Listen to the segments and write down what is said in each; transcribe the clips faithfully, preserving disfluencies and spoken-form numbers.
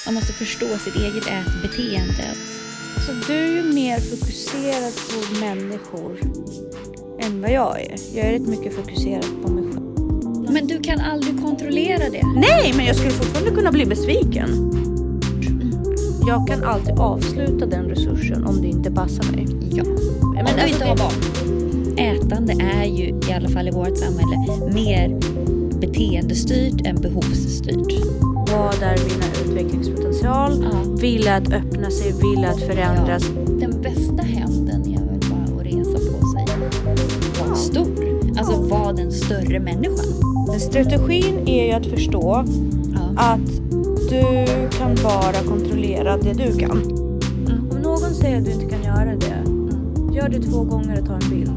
Man måste förstå sitt eget ätbeteende. Så du är ju mer fokuserad på människor än vad jag är. Jag är rätt mycket fokuserad på mig själv. Men du kan aldrig kontrollera det. Nej, men jag skulle fortfarande kunna bli besviken. Jag kan alltid avsluta den resursen om det inte passar mig. Ja, men om du inte har barn. Ätande är ju, i alla fall i vårt samhälle, mer beteendestyrt än behovsstyrt. Vad är mina utvecklingspotential? Ja. Vill att öppna sig, vill att förändras. Ja. Den bästa hämnden är väl bara att resa på sig. Var stor. Alltså var den större människan. Strategin är ju att förstå ja. att du kan bara kontrollera det du kan. Mm. Om någon säger att du inte kan göra det, Mm. gör det två gånger och ta en bild.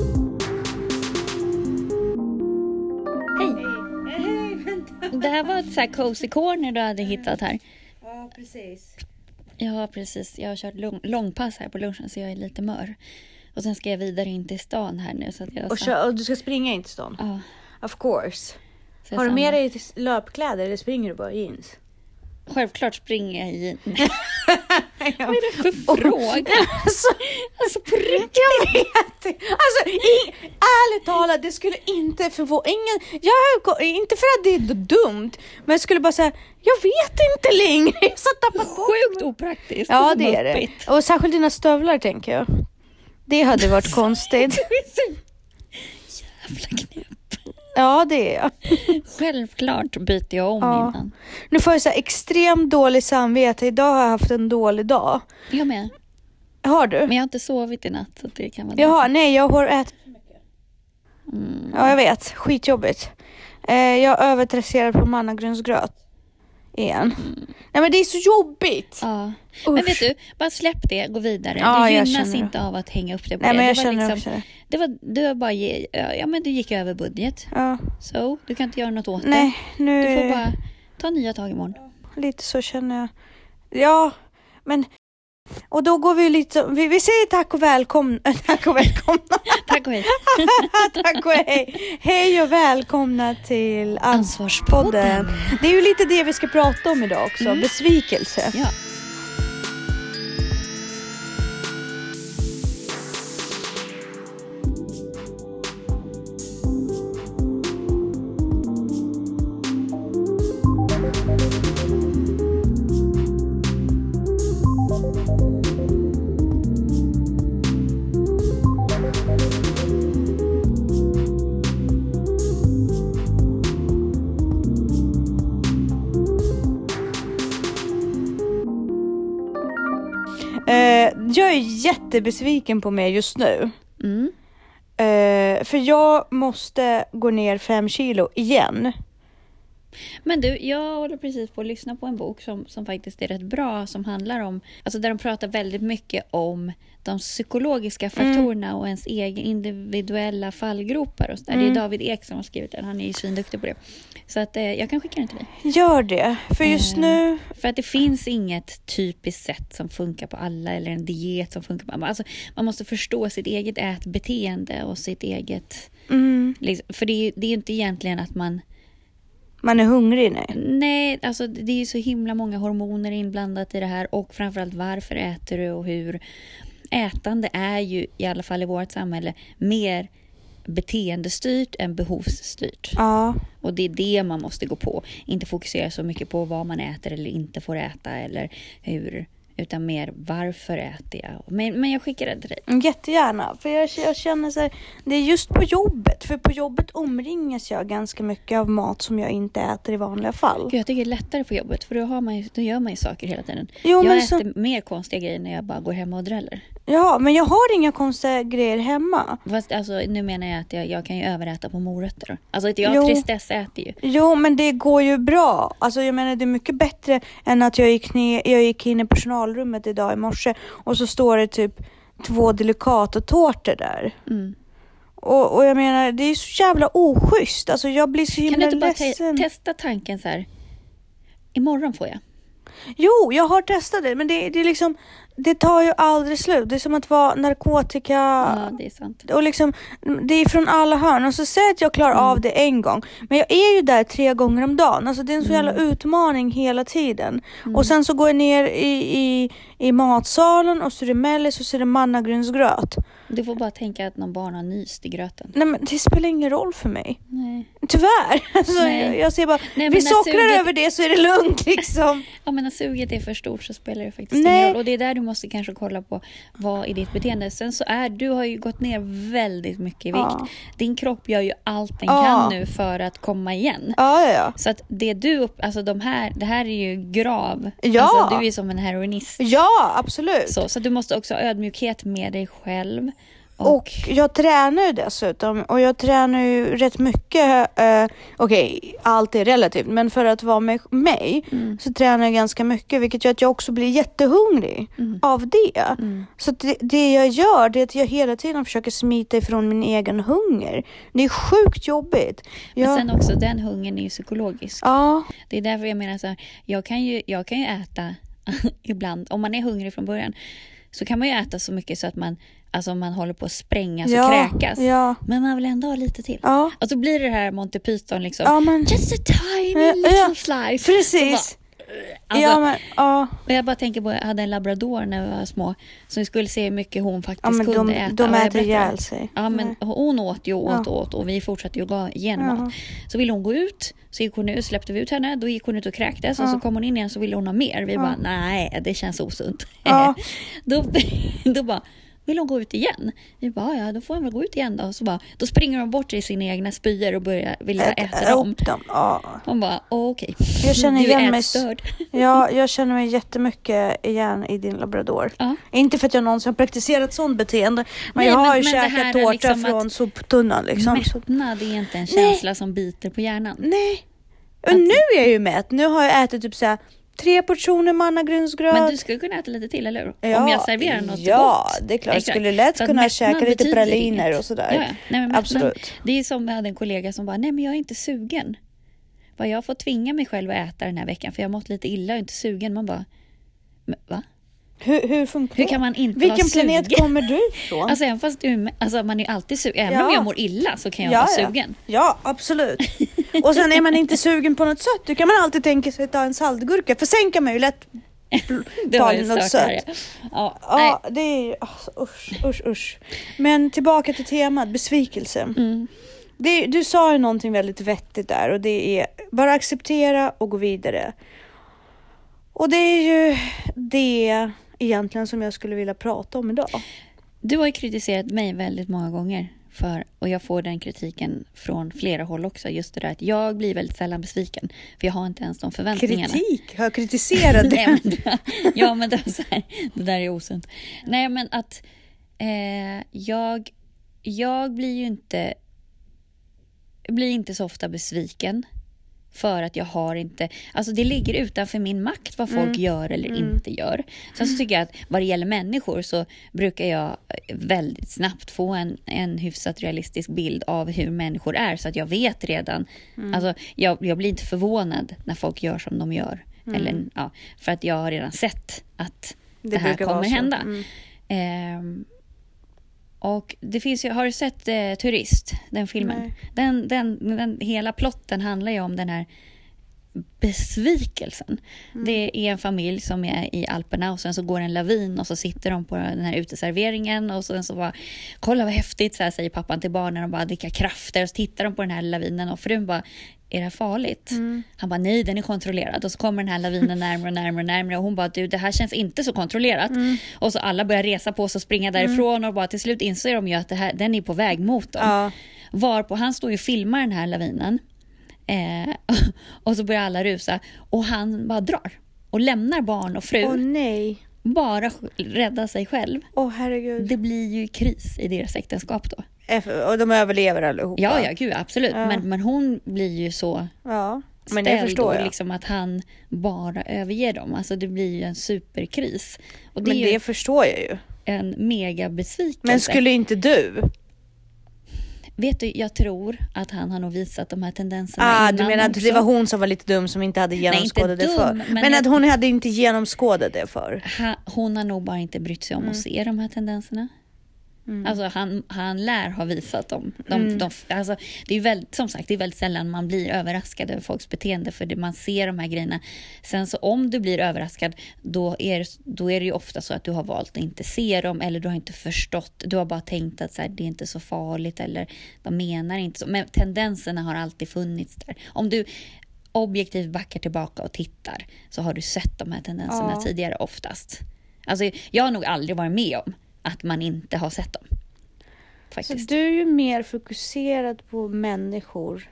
Hej. Hej, vänta. Det här var ett så här cozy corner du hade hittat här. Ja, precis. Ja, precis. Jag har kört lång, långpass här på lunchen så jag är lite mör. Och sen ska jag vidare in till stan här nu. Så att jag Och, så... kö- och du ska springa in till stan? Ja. Of course. Så Har du samma. med dig löpkläder eller springer du bara i jeans? Självklart springer jag i... Ja. Vad är det för fråga? Alltså, Alltså på riktigt. jag vet inte. Alltså, i, ärligt talat, det skulle inte förvåna ingen. Jag har, inte för att det är dumt, men jag skulle bara säga, jag vet inte längre. Jag så tappat bort Sjukt mig. opraktiskt. Ja, och det är det. muppigt. Och särskilt dina stövlar, tänker jag. Det hade varit konstigt. Du är så jävla knäpp. Ja, det är jag. Självklart byter jag om Ja. innan. Nu får jag så här extremt dålig samvete. Idag har jag haft en dålig dag. Jag med. Har du? Men jag har inte sovit i natt så det kan vara Jaha, nej, jag har ätit. Mm. Ja, jag vet. Skitjobbigt. Eh, jag övertresserar på mannagrynsgröt. Igen. Mm. Nej, men det är så jobbigt. Ja. Usch. Men vet du, bara släpp det, gå vidare. Ja, det jag gynnas känner inte av att hänga upp det på Nej, det. men jag det var känner liksom, också det. det var, det var bara, ge, ja men du gick över budget. Ja. Så, du kan inte göra något åt Nej, nu... det. Du får bara ta nya tag imorgon. Lite så känner jag. Ja, men... Och då går vi lite... Vi, vi säger tack och välkomna. Tack och välkomna. Tack och hej. Tack och hej. Hej och välkomna till Ansvarspodden. Ansvarspodden. Det är ju lite det vi ska prata om idag också. Mm. Besvikelse. Ja. Eh, jag är jättebesviken på mig just nu. Mm. Eh, för jag måste gå ner fem kilo igen. Men du, jag håller precis på att lyssna på en bok som, som faktiskt är rätt bra, som handlar om, alltså där de pratar väldigt mycket om de psykologiska faktorerna mm. och ens egen individuella fallgropar och så där. Mm. Det är David Ek som har skrivit den, han är ju svinduktig på det. Så att eh, jag kan skicka den till dig. Gör det, för just eh, nu... För att det finns inget typiskt sätt som funkar på alla, eller en diet som funkar på alla. Alltså, man måste förstå sitt eget ätbeteende och sitt eget... Mm. Liksom, för det är, det är ju inte egentligen att man... Man är hungrig, nej. Nej, alltså det är ju så himla många hormoner inblandat i det här. Och framförallt varför äter du och hur. Ätande är ju, i alla fall i vårt samhälle, mer beteendestyrt än behovsstyrt. Ja. Och det är det man måste gå på. Inte fokusera så mycket på vad man äter eller inte får äta eller hur. Utan mer varför äter jag. Men, men jag skickar den till dig. Jättegärna. För jag, jag känner så här, det är just på jobbet. För på jobbet omringas jag ganska mycket av mat som jag inte äter i vanliga fall. Gud, jag tycker det är lättare på jobbet. För då, har man ju, då gör man ju saker hela tiden. Jo, jag men äter så... mer konstiga grejer när jag bara går hem och dräller. Ja, men jag har inga konstiga grejer hemma. Fast alltså, nu menar jag att jag, jag kan ju överäta på morötter. Då. Alltså jag Jo. tristess äter ju. Jo, men det går ju bra. Alltså jag menar, det är mycket bättre än att jag gick, ner, jag gick in i personalrummet idag i morse och så står det typ två delicatotårtor där. Mm. Och, och jag menar, det är så jävla oschysst. Alltså jag blir så himla Kan du inte bara ledsen. te- testa tanken så här? Imorgon får jag. Jo, jag har testat det, men det, det är liksom... det tar ju aldrig slut. Det är som att vara narkotika. Ja, det är sant. Och liksom, det är från alla hörn. Och så säger att jag klarar mm. av det en gång. Men jag är ju där tre gånger om dagen. Alltså det är en så jävla mm. utmaning hela tiden. Mm. Och sen så går jag ner i, i, i matsalen och så är det mellis och så är det mannagrynsgröt. Du får bara tänka att någon barn har nyst i gröten. Nej, men det spelar ingen roll för mig. Nej. Tyvärr. Alltså, Nej. Jag ser bara, Nej, vi sockrar suget... över det så är det lugnt liksom. Ja, men när suget är för stort så spelar det faktiskt Nej. ingen roll. Och det är där du måste kanske kolla på vad i ditt beteende. Sen så är, du har ju gått ner väldigt mycket i vikt. Ja. Din kropp gör ju allt den ja. kan nu för att komma igen. Ja, ja, ja. Så att det du, upp, alltså de här, det här är ju grav. Ja. Alltså du är som en heroinist. Ja, absolut. Så, så du måste också ha ödmjukhet med dig själv. Och, och jag tränar ju dessutom. Och jag tränar ju rätt mycket. Eh, Okej, okay, allt är relativt. Men för att vara med mig mm. så tränar jag ganska mycket. Vilket gör att jag också blir jättehungrig mm. av det. Mm. Så det, det jag gör det är att jag hela tiden försöker smita ifrån min egen hunger. Det är sjukt jobbigt. Jag... Men sen också, den hungern är ju psykologisk. Ja. Det är därför jag menar så här, jag kan ju, jag kan ju äta ibland. Om man är hungrig från början så kan man ju äta så mycket så att man, alltså man håller på att sprängas ja, och kräkas. Ja. Men man vill ändå ha lite till. Ja. Och så blir det här Monty Python liksom. Ja, men... Just a tiny ja, little ja. slice. Precis. Alltså, ja, men, ja. Och jag bara tänker på, jag hade en labrador när vi var små. Så vi skulle se hur mycket hon faktiskt ja, men kunde de, äta. De äter ihjäl sig. Ja, men Nej. hon åt ju och åt ja. och åt. Och vi fortsatte ju gå igenom ja. mat. Så ville hon gå ut. Så gick hon ut, släppte vi ut henne. Då gick hon ut och kräktes. Ja. Och så kom hon in igen så ville hon ha mer. Vi ja. bara, nej det känns osunt. Ja. då, då bara... Vill hon gå ut igen? Vi bara, ja då får hon väl gå ut igen då. Så bara, då springer de bort i sina egna spyor och börjar vilja Ä- äta dem. dem. Ja. Hon bara, oh, okej. Okay. Jag känner du igen är mig. ätstörd. Ja, jag känner mig jättemycket igen i din labrador. Ja. Inte för att jag någonsin har praktiserat sånt beteende. Men Nej, jag har men, ju men käkat tårta liksom från soptunnan. Liksom. Mättnad är inte en känsla Nej. som biter på hjärnan. Nej. Och att... nu är jag ju mätt. Nu har jag ätit typ så här tre portioner mannagrynsgröt. Men du skulle kunna äta lite till, eller hur? Ja, om jag serverar något ja, gott. det är klart. Jag skulle lätt kunna käka lite praliner inget. och sådär. Ja, ja. Nej, men, absolut. Men, det är som jag hade en kollega som bara, nej men jag är inte sugen. Bara, jag får tvinga mig själv att äta den här veckan för jag har mått lite illa och inte sugen. Man bara, va? Hur, hur funkar Hur kan man inte Vilken vara planet sugen? kommer du ifrån? Alltså, även fast du, alltså man är alltid sugen. Även ja. om jag mår illa så kan jag ja, vara ja. sugen. Ja, absolut. Och sen är man inte sugen på något sött. Då kan man alltid tänka sig att ta en saltgurka. För sen kan man ju lätt ta något sött. Ja, ja, ja det är ju alltså, usch, usch, usch. Men tillbaka till temat, besvikelse. Mm. Det, du sa ju någonting väldigt vettigt där. Och det är bara acceptera och gå vidare. Och det är ju det egentligen som jag skulle vilja prata om idag. Du har ju kritiserat mig väldigt många gånger för, och jag får den kritiken från flera håll också, just det där att jag blir väldigt sällan besviken för jag har inte ens de förväntningarna. Kritik? Har jag kritiserat det? Nej, men det, ja men det, är så här, det där är osunt. Nej men att eh, jag jag blir ju inte blir inte så ofta besviken. För att jag har inte... Alltså det ligger utanför min makt vad folk mm. gör eller mm. inte gör. Sen så tycker jag att vad det gäller människor så brukar jag väldigt snabbt få en, en hyfsat realistisk bild av hur människor är. Så att jag vet redan... Mm. Alltså jag, jag blir inte förvånad när folk gör som de gör. Mm. Eller, ja, för att jag har redan sett att det, det här kommer hända. Mm. Ehm, och det finns ju, har du sett eh, Turist, den filmen? Den, den, den, hela plotten handlar ju om den här besvikelsen. Mm. Det är en familj som är i Alperna och sen så går en lavin och så sitter de på den här uteserveringen och sen så bara, kolla vad häftigt, så här säger pappan till barnen och bara, vilka krafter, och så tittar de på den här lavinen och frun bara, är det här farligt? Mm. Han bara, nej den är kontrollerad. Och så kommer den här lavinen närmare och närmare och närmare och hon bara, du det här känns inte så kontrollerat. Mm. Och så alla börjar resa på sig och springa därifrån mm. och bara till slut inser de ju att det här, den är på väg mot dem. Ja. Varpå han står ju och filmar den här lavinen. Eh, och så börjar alla rusa och han bara drar och lämnar barn och fru. Åh nej. Bara rädda sig själv. Åh herregud. Det blir ju kris i deras äktenskap då. Och de överlever allihopa. Ja, ja, gud, absolut. Ja. Men, men hon blir ju så ja. Men det förstår jag. Liksom att han bara överger dem. Alltså det blir ju en superkris. Och det men är det ju förstår jag ju. En mega besvikelse. Men skulle inte du? vet du, jag tror att han har nog visat de här tendenserna Ah, innan du menar att också. det var hon som var lite dum som inte hade genomskådat Nej, inte det dum, för. men Men jag- att hon hade inte genomskådat det för. Ha, hon har nog bara inte brytt sig om Mm. att se de här tendenserna. Alltså han, han lär ha visat dem. De, Mm. de, alltså, det är väldigt, som sagt, det är väldigt sällan man blir överraskad över folks beteende, för det, man ser de här grejerna. Sen så om du blir överraskad, då är, då är det ju ofta så att du har valt att inte se dem, eller du har inte förstått. Du har bara tänkt att så här, det är inte så farligt, eller de menar inte så. Men tendenserna har alltid funnits där. Om du objektivt backar tillbaka och tittar, så har du sett de här tendenserna Ja. tidigare oftast. Alltså, jag har nog aldrig varit med om att man inte har sett dem. Så Faktiskt. du är ju mer fokuserad på människor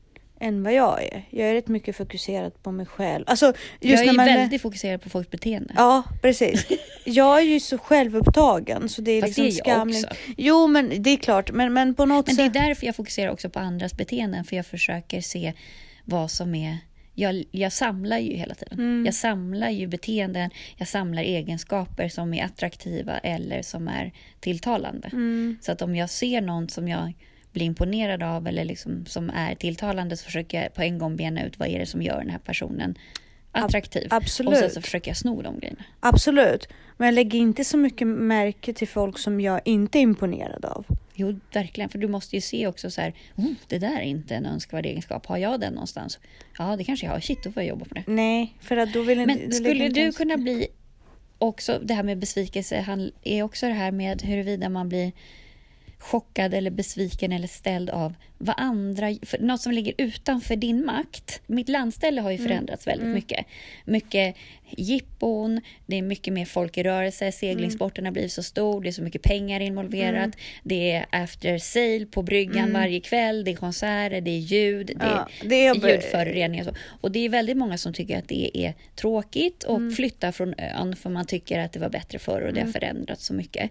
än vad jag är. Jag är rätt mycket fokuserad på mig själv. Alltså, just jag är när ju man... väldigt fokuserad på folks beteende. Ja, precis. Jag är ju så självupptagen så det är Fast liksom det är jag skamligt. också. Jo, men det är klart. Men, men på något Men det är sätt... därför jag fokuserar också på andras beteenden. För jag försöker se vad som är... Jag, jag samlar ju hela tiden. Mm. Jag samlar ju beteenden. Jag samlar egenskaper som är attraktiva eller som är tilltalande. Mm. Så att om jag ser någon som jag blir imponerad av eller liksom som är tilltalande, så försöker jag på en gång bena ut vad är det som gör den här personen attraktiv. Absolut. Och sen så försöker jag sno de grejerna. Absolut. Men jag lägger inte så mycket märke till folk som jag inte är imponerad av. Jo, verkligen. För du måste ju se också så här, oh, det där är inte en önskvärd egenskap. Har jag den någonstans? Ja, det kanske jag har. Shit, då får jag jobba på det. Nej, för att då vill inte... Men skulle du kunna bli också, det här med besvikelse, han är också det här med huruvida man blir chockad eller besviken eller ställd av vad andra, för något som ligger utanför din makt. Mitt landställe har ju förändrats väldigt mycket. Mycket jippon, det är mycket mer folk i rörelse, seglingssporten har blivit så stor, det är så mycket pengar involverat, det är after sale på bryggan varje kväll, det är konserter, det är ljud, det Ja, är, det är- ljudföroreningar och så. Och det är väldigt många som tycker att det är tråkigt och flyttar från ön för man tycker att det var bättre förr och det har förändrats så mycket.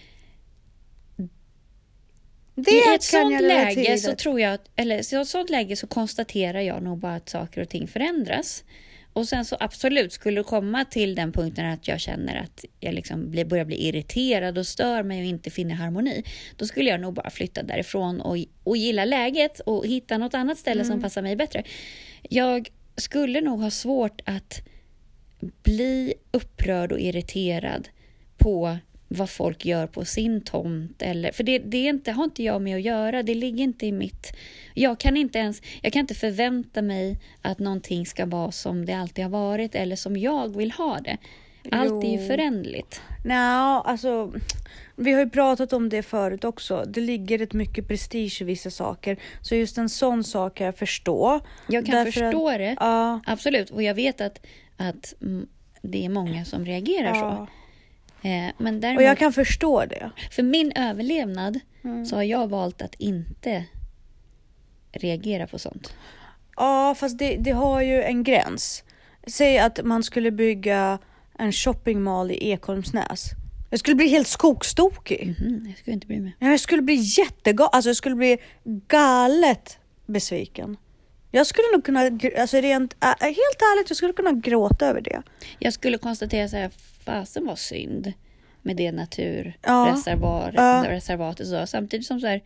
Det I ett kan sånt jag läge relatera så till. tror jag att, eller i ett sånt läge så konstaterar jag nog bara att saker och ting förändras. Och sen så absolut skulle det komma till den punkten att jag känner att jag liksom blir, börjar bli irriterad och stör mig och inte finner harmoni. Då skulle jag nog bara flytta därifrån och, och gilla läget och hitta något annat ställe som passar mig bättre. Jag skulle nog ha svårt att bli upprörd och irriterad på vad folk gör på sin tomt, eller för det, det är inte, har inte jag med att göra, det ligger inte i mitt, jag kan inte ens jag kan inte förvänta mig att någonting ska vara som det alltid har varit eller som jag vill ha det. Allt är ju Jo. förändligt. Nej, alltså vi har ju pratat om det förut också. Det ligger rätt mycket prestige i vissa saker. Så just en sån sak kan jag förstå. Jag kan Därför förstå att- det, Ja, absolut, och jag vet att, att mm, det är många som reagerar ja. så. Eh, men Och däremot, jag kan förstå det. för min överlevnad Mm. så har jag valt att inte reagera på sånt. Ja, fast det, det har ju en gräns. Säg att man skulle bygga en shoppingmall i Ekholmsnäs. Jag skulle bli helt skogstokig. Mhm, jag skulle inte bry mig. Jag skulle bli jättegalen. Alltså jag skulle bli galet besviken. Jag skulle nog kunna, alltså rent, äh, helt ärligt, jag skulle kunna gråta över det. Jag skulle konstatera så här, fasen var synd med det Ja. naturreservatet. Ja. Reservatet så. Samtidigt som så här,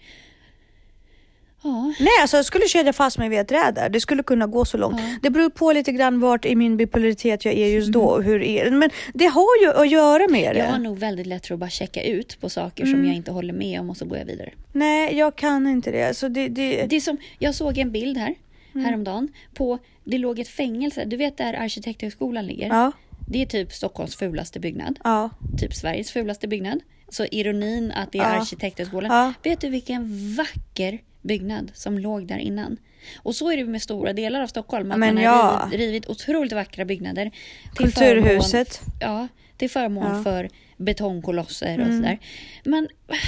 ja, Nej, alltså jag skulle kedja fast mig vid ett träd där. Det skulle kunna gå så långt. Ja. Det beror på lite grann vart i min bipolaritet jag är just då. Och hur är. Men det har ju att göra med det. jag har nog väldigt lätt för att bara checka ut på saker Mm. som jag inte håller med om och så går jag vidare. Nej, jag kan inte det. Alltså det, det... Det är som, jag såg en bild här Mm. häromdagen på, det låg ett fängelse, du vet där Arkitekthögskolan ligger. Ja, Det är typ Stockholms fulaste byggnad, ja, typ Sveriges fulaste byggnad. Så ironin att det är Ja. Arkitekthögskolan. ja. Vet du vilken vacker byggnad som låg där innan? Och så är det med stora delar av Stockholm. Att Men man har ja. rivit, rivit otroligt vackra byggnader. Till Kulturhuset. Förmån, ja, till förmån Ja. för betongkolosser och Mm. sådär. Men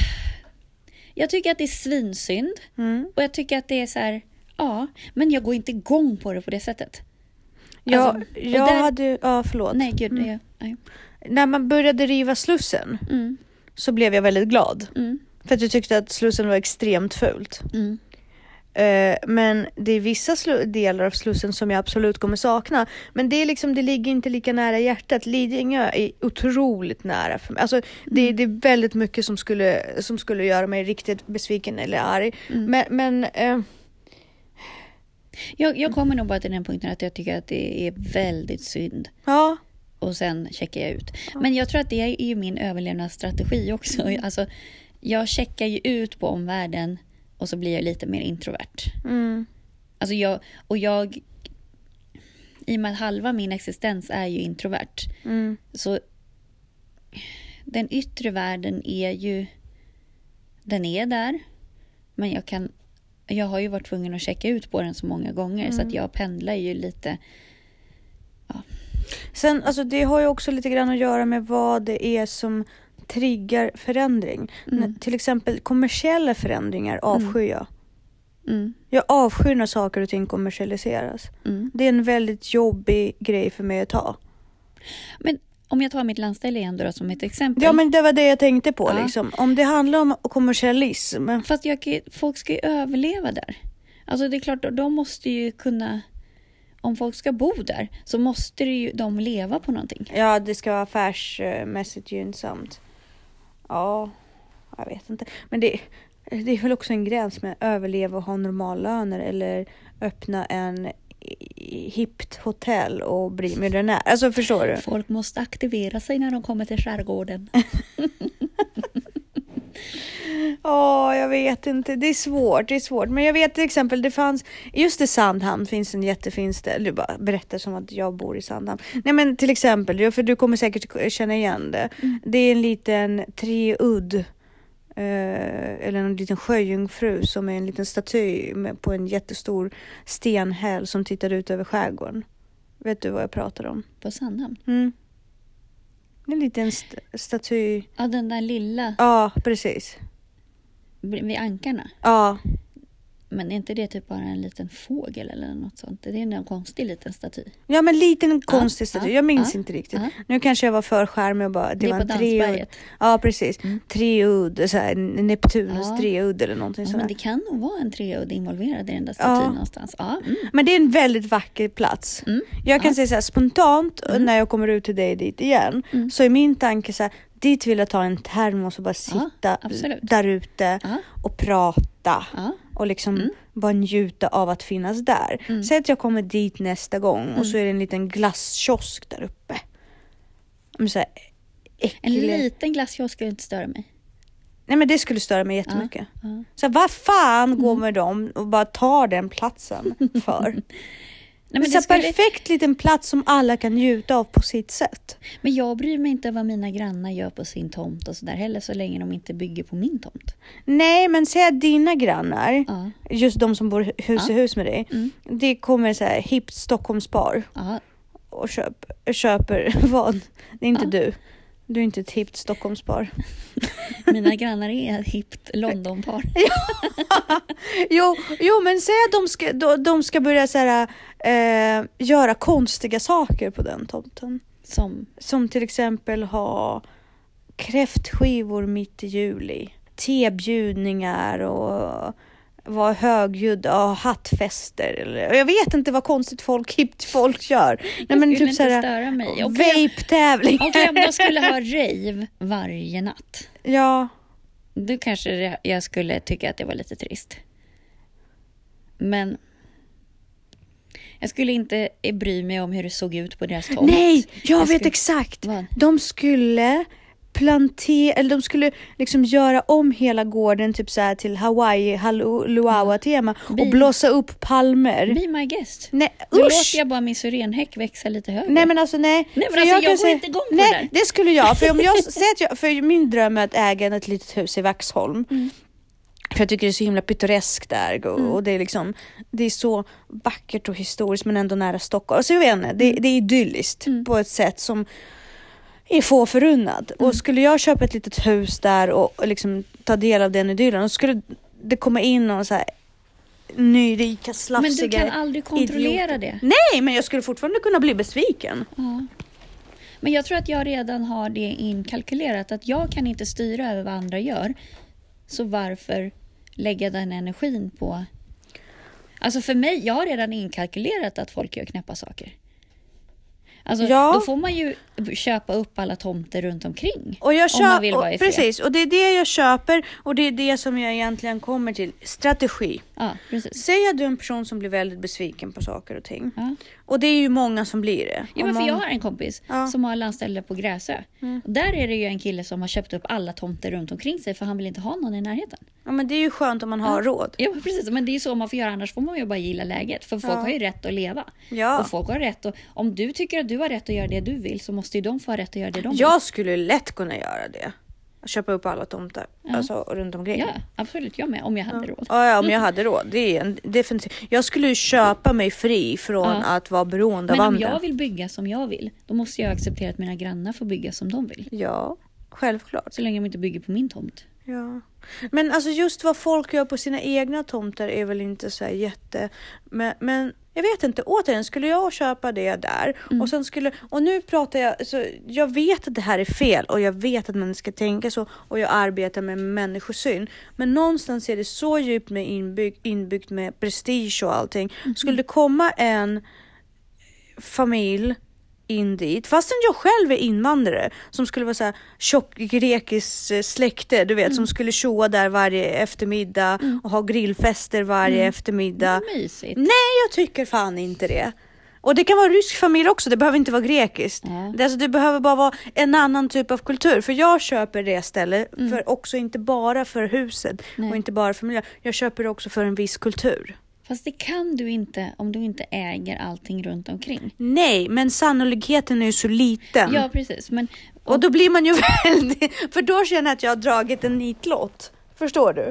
jag tycker att det är svinsynd. Mm. Och jag tycker att det är så här, ja, men jag går inte igång på det på det sättet. Jag, Alltså, och jag där- hade, ja förlåt. Nej, gud, Mm. det, nej. När man började riva Slussen Mm, så blev jag väldigt glad. mm, För att jag tyckte att Slussen var extremt fult. mm. Eh, men det är vissa slu- delar av Slussen som jag absolut kommer sakna. Men det är liksom, det ligger inte lika nära hjärtat. Lidingö är otroligt nära för mig. Alltså, mm. det, det är väldigt mycket som skulle, som skulle göra mig riktigt besviken eller arg. Mm. Men, men eh... jag, jag kommer nog bara till den punkten att jag tycker att det är väldigt synd. Ja. Och sen checkar jag ut. Ja. Men jag tror att det är ju min överlevnadsstrategi också. Mm. Alltså, jag checkar ju ut på omvärlden och så blir jag lite mer introvert. Mm. Alltså jag, och jag, i och med att halva min existens är ju introvert. Mm. Så den yttre världen är ju, den är där. Men jag kan, jag har ju varit tvungen att checka ut på den så många gånger. Mm. Så att jag pendlar ju lite. Ja. Sen, alltså det har ju också lite grann att göra med vad det är som triggar förändring. Mm. Till exempel kommersiella förändringar avskyr jag. Mm. Jag avskyr när saker och ting kommersialiseras. Mm. Det är en väldigt jobbig grej för mig att ta. Men om jag tar mitt landställe igen då som ett exempel. Ja, men det var det jag tänkte på. Ja. Liksom. Om det handlar om kommersialism. Fast jag, folk ska ju överleva där. Alltså det är klart, de måste ju kunna... Om folk ska bo där så måste ju de leva på någonting. Ja, det ska vara affärsmässigt gynnsamt. Ja, jag vet inte. Men det, det är väl också en gräns med att överleva och ha normallöner eller öppna en hippt hotell och bli miljonär. Alltså, förstår du? Folk måste aktivera sig när de kommer till skärgården. Ja, oh, jag vet inte. Det är svårt, det är svårt. Men jag vet till exempel, det fanns, just i Sandhamn finns en jättefin ställe. Du bara berättar som att jag bor i Sandhamn. Nej, men till exempel, för du kommer säkert känna igen det. Mm. Det är en liten treudd, eh, eller en liten sjöjungfru som är en liten staty med, på en jättestor stenhäll som tittar ut över skärgården. Vet du vad jag pratar om? På Sandhamn? Mm. En liten st- staty. Ja, den där lilla. Ja, precis. Vid ankarna? Ja. Men är inte det typ bara en liten fågel eller något sånt? Det är en konstig liten staty. Ja, men liten konstig ja, staty. Jag minns ja, inte riktigt. Ja. Nu kanske jag var för skärmig och bara... Det, det var är på Dansberget. Ja, precis. Mm. Treudd, så här, Neptunus ja. treudd eller någonting ja, sådär. Men det kan nog vara en treudd involverad i den där statyn ja. någonstans. Ja. Mm. Men det är en väldigt vacker plats. Mm. Jag kan ja. säga så här, spontant mm. när jag kommer ut till dig dit igen mm. så är min tanke så här, dit vill jag ta en termos och bara sitta ja, där ute ja. och prata ja. och liksom mm. bara njuta av att finnas där. Mm. Säg att jag kommer dit nästa gång mm. och så är det en liten glasskiosk där uppe. Så här, en liten glasskiosk skulle inte störa mig. Nej, men det skulle störa mig jättemycket. Ja. Ja. Så vad fan mm. går med dem och bara tar den platsen för? Nej, men det är skulle... perfekt liten plats som alla kan njuta av på sitt sätt. Men jag bryr mig inte vad mina grannar gör på sin tomt och så där heller, så länge de inte bygger på min tomt. Nej, men säg att dina grannar, ja. just de som bor hus ja. i hus med dig, mm. det kommer så här hippt Stockholmspar ja. och köp, köper vad? Det är inte ja. du. Du är inte ett hippt Stockholmspar. Mina grannar är ett hippt Londonpar. ja. jo, jo, men säg att de ska, de, de ska börja så här, eh, göra konstiga saker på den tomten. Som? Som till exempel ha kräftskivor mitt i juli. Tebjudningar och vara högljudd och hattfester. Jag vet inte vad konstigt folk, hippt folk gör. Nej, men typ så här vape-tävling. Och om de skulle ha rave varje natt. Ja. Då kanske jag skulle tycka att det var lite trist. Men jag skulle inte bry mig om hur det såg ut på deras tomt. Nej, jag, jag vet skulle... exakt. Vad? De skulle plantera, eller de skulle liksom göra om hela gården typ så här till Hawaii, Luau-tema och Be... blåsa upp palmer. Be my guest. Nej, nu låter jag bara min syrenhäck växa lite högre. Nej, men alltså nej. Nej, men alltså, jag, jag går säga, inte igång på nej, det där. Det skulle jag, för om jag säger att jag, för min dröm är att äga ett litet hus i Vaxholm. Mm. För jag tycker det är så himla pittoreskt där och, mm. och det är liksom, det är så vackert och historiskt men ändå nära Stockholm. Alltså jag vet inte, det, det är idylliskt mm. på ett sätt som är få förunnad. Mm. Och skulle jag köpa ett litet hus där och, och liksom ta del av den idyllen, och skulle det komma in någon så här nyrika, slafsiga... Men du kan aldrig kontrollera idioter. Det. Nej, men jag skulle fortfarande kunna bli besviken. Ja. Men jag tror att jag redan har det inkalkylerat, att jag kan inte styra över vad andra gör. Så varför lägga den energin på Alltså för mig, jag har redan inkalkylerat att folk gör knäppa saker. Alltså, ja. Då får man ju köpa upp alla tomter runt omkring. Och jag köp, om man vill vara i fred. Precis, och det är det jag köper. Och det är det som jag egentligen kommer till. Strategi. Ja, precis. Säg att du är en person som blir väldigt besviken på saker och ting. Ja. Och det är ju många som blir det. Ja, men för många... jag har en kompis ja. som har landställe på Gräsö. Mm. Och där är det ju en kille som har köpt upp alla tomter runt omkring sig för han vill inte ha någon i närheten. Ja, men det är ju skönt om man har ja. råd. Ja, precis. Men det är ju så man får göra, annars får man ju bara gilla läget. För folk ja. har ju rätt att leva. Ja. Och folk har rätt att, om du tycker att du har rätt att göra det du vill så måste ju de få rätt att göra det de vill. Jag skulle lätt kunna göra det. Köpa upp alla tomtar. Ja. Alltså runt omkring. Ja, absolut. Jag med. Om jag hade ja. råd. Ja, om jag hade råd. Det är en, definitivt. Jag skulle ju köpa mig fri från ja. att vara beroende Men av andra. Men om jag vill bygga som jag vill, då måste jag acceptera att mina grannar får bygga som de vill. Ja, självklart. Så länge de inte bygger på min tomt. Ja. Men alltså just vad folk gör på sina egna tomter är väl inte så här jätte... Men, men jag vet inte, återigen skulle jag köpa det där mm. och sen skulle... Och nu pratar jag... Så jag vet att det här är fel och jag vet att man ska tänka så och jag arbetar med människosyn. Men någonstans är det så djupt med inbyggt, inbyggt med prestige och allting. Mm. Skulle det komma en familj in dit, fastän jag själv är invandrare som skulle vara så här tjock grekisk släkte, du vet, mm. som skulle tjoa där varje eftermiddag mm. och ha grillfester varje mm. eftermiddag. Mysigt. Nej, jag tycker fan inte det. Och det kan vara rysk familj också, det behöver inte vara grekiskt. Mm. Det, alltså, det behöver bara vara en annan typ av kultur. För jag köper det stället, mm. för också inte bara för huset Nej. och inte bara för miljö. Jag köper det också för en viss kultur. Fast det kan du inte om du inte äger allting runt omkring. Nej, men sannolikheten är ju så liten. Ja, precis. Men, och... och då blir man ju väldigt... För då känner jag att jag har dragit en nitlott. Förstår du?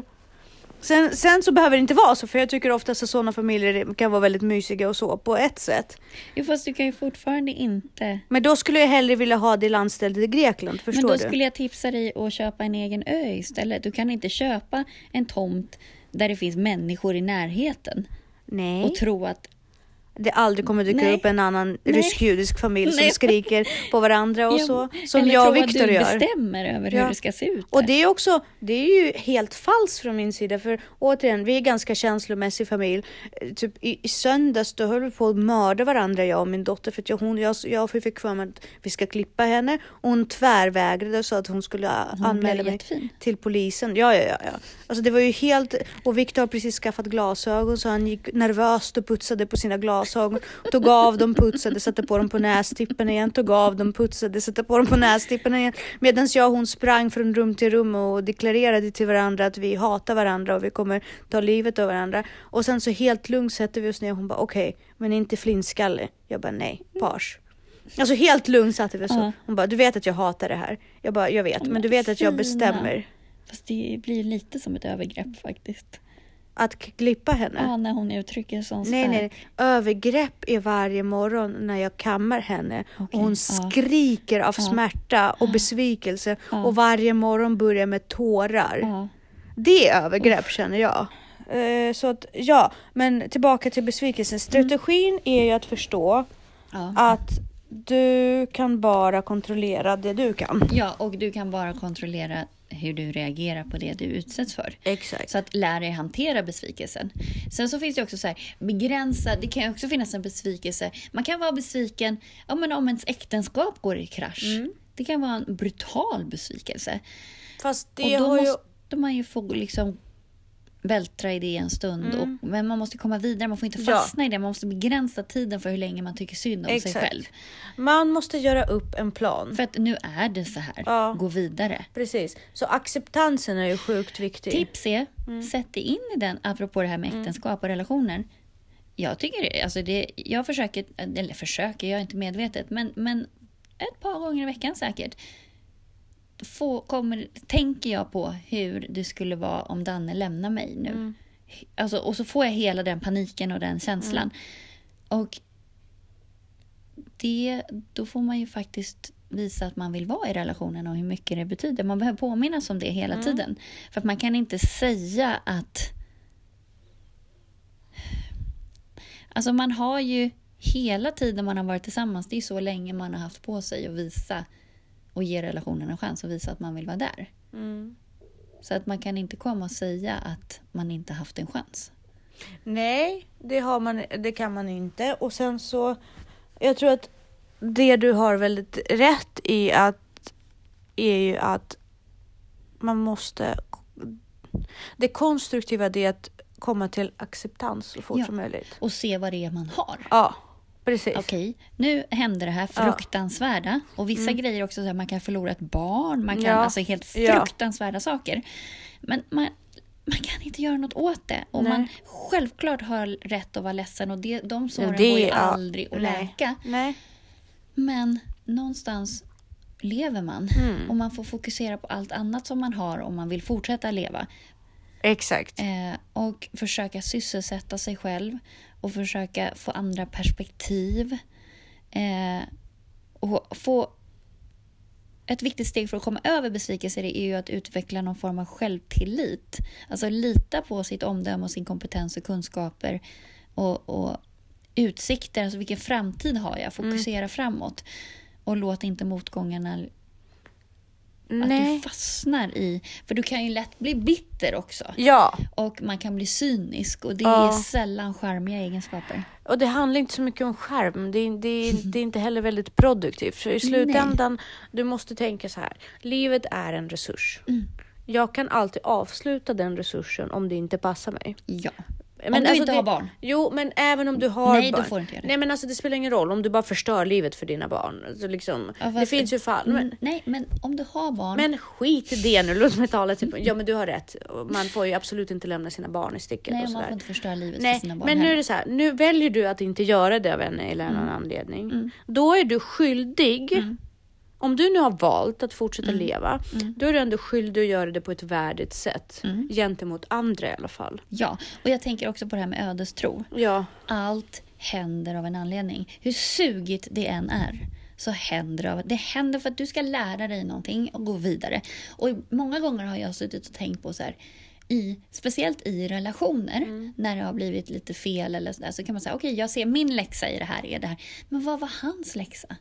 Sen, sen så behöver det inte vara så. För jag tycker oftast att sådana familjer kan vara väldigt mysiga och så på ett sätt. Jo, fast du kan ju fortfarande inte... Men då skulle jag hellre vilja ha det landställt i Grekland, förstår du? Men då du? skulle jag tipsa dig att köpa en egen ö istället. Du kan inte köpa en tomt där det finns människor i närheten. Nej. Och tro att det aldrig kommer dyka Nej. upp en annan Nej. rysk-judisk familj Nej. som skriker på varandra och ja. så. Som Eller jag och tro Victor att du gör. bestämmer över hur ja. det ska se ut. Och det är också, det är ju helt falskt från min sida. För återigen, vi är ganska känslomässig familj. Typ i, i söndags då höll vi på att mörda varandra, jag och min dotter. För att jag, hon, jag, jag fick för mig att vi ska klippa henne. Och hon tvärvägrade och sa att hon skulle hon anmäla mig jättefin. till polisen. Ja, ja, ja, ja. Alltså det var ju helt... Och Victor har precis skaffat glasögon så han gick nervöst och putsade på sina glasögon. Tog av dem, putsade, satte på dem på nästippen igen. Tog av dem, putsade, satte på dem på nästippen igen. Medan jag och hon sprang från rum till rum och deklarerade till varandra att vi hatar varandra och vi kommer ta livet av varandra. Och sen så helt lugnt sätter vi oss ner och hon bara okej, okay, men inte flinskalle. Jag bara nej, pars. Alltså helt lugnt satte vi oss uh-huh. Hon bara, du vet att jag hatar det här. Jag bara, jag vet, men, men du vet att jag bestämmer. Fast det blir lite som ett övergrepp faktiskt. Att klippa henne? Ja, när hon uttrycker sån nej, nej, övergrepp är varje morgon när jag kammar henne. Okay. Och hon ja. skriker av ja. smärta och ja. besvikelse. Ja. Och varje morgon börjar med tårar. Ja. Det är övergrepp, Uff. känner jag. Uh, så att, ja, men tillbaka till besvikelsen. Strategin mm. är ju att förstå ja. att du kan bara kontrollera det du kan. Ja, och du kan bara kontrollera hur du reagerar på det du utsätts för. Exakt. Så att lära dig hantera besvikelsen. Sen så finns det också så här, begränsa, det kan ju också finnas en besvikelse. Man kan vara besviken ja, men om ens äktenskap går i krasch. Mm. Det kan vara en brutal besvikelse. Fast det och då har måste ju... man ju få liksom vältra i det en stund. Mm. Och, men man måste komma vidare, man får inte fastna ja. i det. Man måste begränsa tiden för hur länge man tycker synd om Exakt. sig själv. Man måste göra upp en plan. För att nu är det så här. Ja. Gå vidare. Precis. Så acceptansen är ju sjukt viktig. Tips är, mm. sätt dig in i den, apropå det här med äktenskap och relationer. Jag tycker, alltså det, jag försöker, eller försöker, jag är inte medvetet, men, men ett par gånger i veckan säkert. Få, kommer, tänker jag på hur det skulle vara om Danne lämnar mig nu. Mm. Alltså, och så får jag hela den paniken och den känslan. Mm. Och det, då får man ju faktiskt visa att man vill vara i relationen och hur mycket det betyder. Man behöver påminnas om det hela mm. tiden. För att man kan inte säga att... Alltså man har ju hela tiden man har varit tillsammans, det är så länge man har haft på sig att visa och ge relationen en chans och visa att man vill vara där. Mm. Så att man kan inte komma och säga att man inte haft en chans. Nej, det, har man, det kan man inte. Och sen så, jag tror att det du har väldigt rätt i att är ju att man måste, det konstruktiva är att komma till acceptans så fort ja. som möjligt. Och se vad det är man har. Ja, precis. Okej, nu händer det här fruktansvärda. Ja. Och vissa mm. grejer också, så att man kan förlora ett barn. Man kan, ja. alltså helt fruktansvärda ja. saker. Men man, man kan inte göra något åt det. Och Nej. man självklart har rätt att vara ledsen. Och det, de såren det, går ju ja. aldrig att Nej. läka. Nej. Men någonstans lever man. Mm. Och man får fokusera på allt annat som man har om man vill fortsätta leva. Exakt. Eh, och försöka sysselsätta sig själv. Och försöka få andra perspektiv. Eh, och få... Ett viktigt steg för att komma över besvikelser är ju att utveckla någon form av självtillit. Alltså lita på sitt omdöme och sin kompetens och kunskaper. Och, och utsikter, alltså vilken framtid har jag? Fokusera mm. framåt. Och låt inte motgångarna... Nej. Att du fastnar i... För du kan ju lätt bli bitter också. Ja. Och man kan bli cynisk. Och det ja. är sällan charmiga egenskaper. Och det handlar inte så mycket om skärm. Det är, det är, det är inte heller väldigt produktivt. För i slutändan, Nej. du måste tänka så här. Livet är en resurs. Mm. Jag kan alltid avsluta den resursen om det inte passar mig. Ja. Men om du alltså inte det, har barn. Jo, men även om du har Nej, barn. då får du inte göra det. Nej, men alltså det spelar ingen roll om du bara förstör livet för dina barn. Alltså liksom, ja, det finns ju fall. Men, nej, men om du har barn. Men skit i det nu. Låt mig tala typ. Ja, men du har rätt. Man får ju absolut inte lämna sina barn i sticket. Nej, och man där. får inte förstöra livet nej, för sina barn. Men heller. nu är det så här. Nu väljer du att inte göra det av en eller annan mm. anledning. Mm. Då är du skyldig. Mm. Om du nu har valt att fortsätta mm. leva, mm. då är du ändå skyldig att göra det på ett värdigt sätt. Mm. Gentemot andra i alla fall. Ja, och jag tänker också på det här med ödestro. Ja. Allt händer av en anledning. Hur sugigt det än är, så händer det av... Det händer för att du ska lära dig någonting och gå vidare. Och många gånger har jag suttit och tänkt på så här... I, speciellt i relationer, mm. när det har blivit lite fel eller så där, så kan man säga, okej, okay, jag ser min läxa i det här, är det här. Men vad var hans läxa?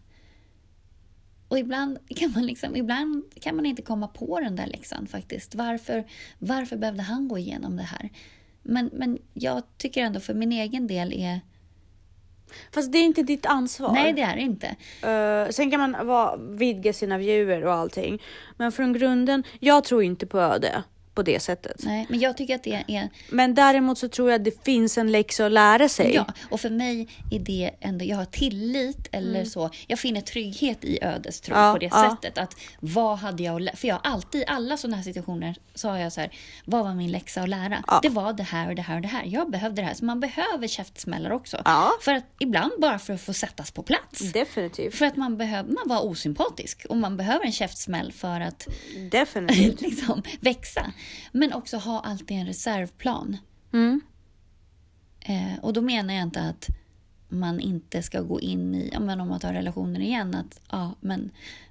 Och ibland kan man liksom, ibland kan man inte komma på den där läxan faktiskt. Varför, varför behövde han gå igenom det här? Men, men jag tycker ändå för min egen del är... Fast det är inte ditt ansvar. Nej, det är det inte. Uh, sen kan man vara, vidga sina vyer och allting. Men från grunden, jag tror inte på öde. På det sättet. Nej, men jag tycker att det är... Men däremot så tror jag att det finns en läxa att lära sig. Ja, och för mig är det ändå... Jag har tillit eller mm. så. Jag finner trygghet i ödestro ja, på det ja. sättet. Att vad hade jag att lära? För jag har alltid, i alla sådana här situationer så har jag så här, vad var min läxa att lära? Ja. Det var det här och det här och det här. Jag behövde det här. Så man behöver käftsmällar också. Ja. För att ibland bara för att få sättas på plats. Definitivt. För att man behöver man vara osympatisk. Och man behöver en käftsmäll för att Definitivt. liksom, växa. Men också ha alltid en reservplan. Mm. Eh, och då menar jag inte att man inte ska gå in i, ja, men om man tar relationer igen, att ja, men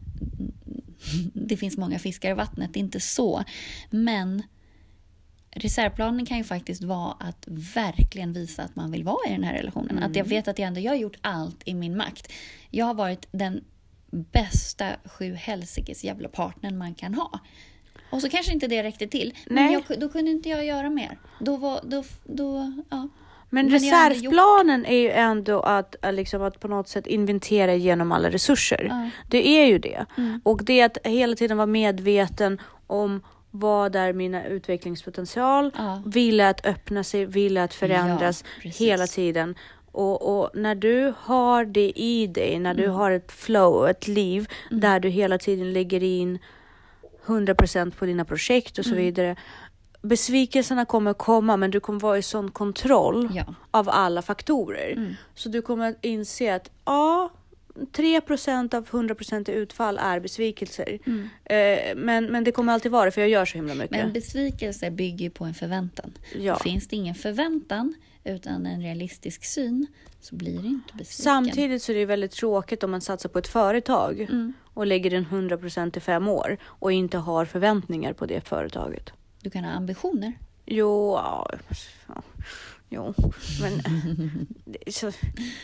det finns många fiskar i vattnet, det är inte så. Men reservplanen kan ju faktiskt vara att verkligen visa att man vill vara i den här relationen. Mm. Att jag vet att jag ändå jag har gjort allt i min makt. Jag har varit den bästa sju helsikes jävla partnern man kan ha. Och så kanske inte det räckte till. Nej. Men jag, då kunde inte jag göra mer. Då var, då, då, ja. Men, men reservplanen är ju ändå att, liksom, att på något sätt inventera genom alla resurser. Ja. Det är ju det. Mm. Och det är att hela tiden vara medveten om vad är mina utvecklingspotential. Ja. Vilja att öppna sig, vilja att förändras ja, hela tiden. Och, och när du har det i dig, när mm. du har ett flow, ett liv mm. där du hela tiden lägger in hundra procent på dina projekt och så mm. vidare. Besvikelserna kommer komma, men du kommer vara i sån kontroll ja. av alla faktorer. Mm. Så du kommer att inse att ja, tre procent av hundra procent utfall är besvikelser. Mm. Eh, men, men det kommer alltid vara, för jag gör så himla mycket. Men besvikelse bygger på en förväntan. Ja. Finns det ingen förväntan utan en realistisk syn, så blir det inte besviken. Samtidigt så är det väldigt tråkigt om man satsar på ett företag mm. och lägger in hundra procent i fem år och inte har förväntningar på det företaget. Du kan ha ambitioner. Jo, ja, ja, jo, men så,